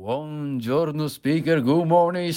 Buongiorno speaker, good morning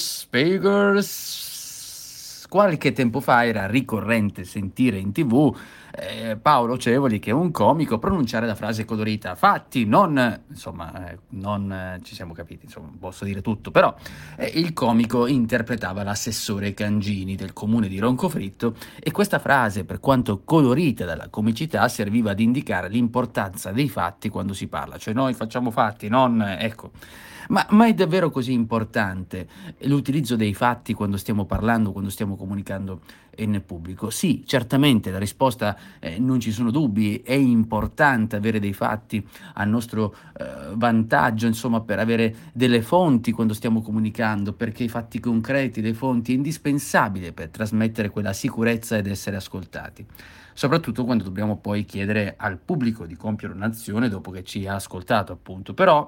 speakers. Qualche tempo fa era ricorrente sentire in TV Paolo Cevoli, che è un comico, pronunciare la frase colorita. Fatti, non, insomma, non ci siamo capiti, insomma, posso dire tutto, però il comico interpretava l'assessore Cangini del comune di Roncofritto e questa frase, per quanto colorita dalla comicità, serviva ad indicare l'importanza dei fatti quando si parla, cioè noi facciamo fatti, non, ecco. Ma è davvero così importante l'utilizzo dei fatti quando stiamo parlando, quando stiamo comunicando nel pubblico? Sì, certamente la risposta non ci sono dubbi, è importante avere dei fatti a nostro vantaggio, insomma, per avere delle fonti quando stiamo comunicando, perché i fatti concreti, le fonti, è indispensabile per trasmettere quella sicurezza ed essere ascoltati. Soprattutto quando dobbiamo poi chiedere al pubblico di compiere un'azione dopo che ci ha ascoltato, appunto. Però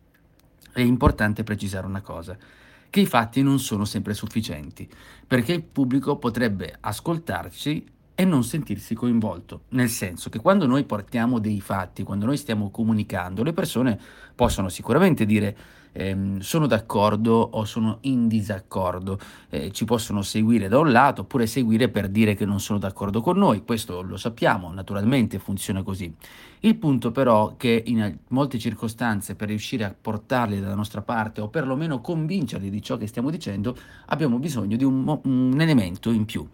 è importante precisare una cosa, che i fatti non sono sempre sufficienti, perché il pubblico potrebbe ascoltarci e non sentirsi coinvolto, nel senso che quando noi portiamo dei fatti, quando noi stiamo comunicando, le persone possono sicuramente dire sono d'accordo o sono in disaccordo, ci possono seguire da un lato oppure seguire per dire che non sono d'accordo con noi, questo lo sappiamo, naturalmente funziona così. Il punto però è che in molte circostanze, per riuscire a portarli dalla nostra parte o perlomeno convincerli di ciò che stiamo dicendo, abbiamo bisogno di un elemento in più.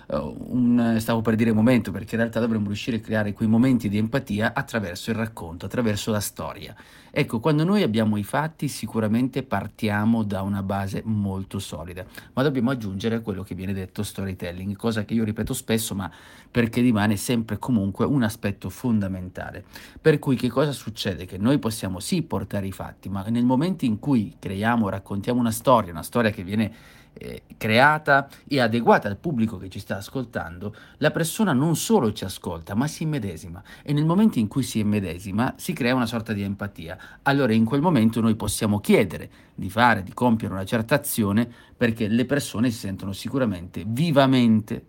Stavo per dire momento, perché in realtà dovremmo riuscire a creare quei momenti di empatia attraverso il racconto, attraverso la storia. Ecco, quando noi abbiamo i fatti sicuramente partiamo da una base molto solida, ma dobbiamo aggiungere quello che viene detto storytelling, cosa che io ripeto spesso, ma perché rimane sempre comunque un aspetto fondamentale. Per cui che cosa succede? Che noi possiamo sì portare i fatti, ma nel momento in cui creiamo, raccontiamo una storia che viene creata e adeguata al pubblico che ci sta ascoltando, la persona non solo ci ascolta, ma si immedesima. E nel momento in cui si immedesima si crea una sorta di empatia. Allora in quel momento noi possiamo chiedere di fare, di compiere una certa azione, perché le persone si sentono sicuramente vivamente,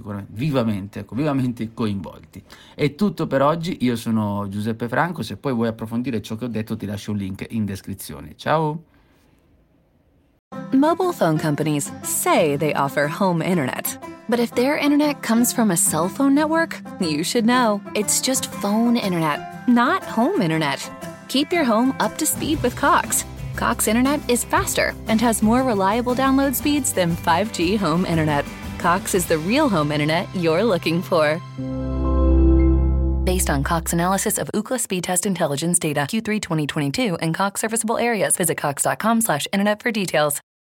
vivamente coinvolti. È tutto per oggi, io sono Giuseppe Franco, se poi vuoi approfondire ciò che ho detto ti lascio un link in descrizione. Ciao! Mobile phone companies say they offer home internet. But if their internet comes from a cell phone network, you should know. It's just phone internet, not home internet. Keep your home up to speed with Cox. Cox internet is faster and has more reliable download speeds than 5G home internet. Cox is the real home internet you're looking for. Based on Cox analysis of Ookla speed test intelligence data Q3 2022 and Cox serviceable areas, visit cox.com/internet for details.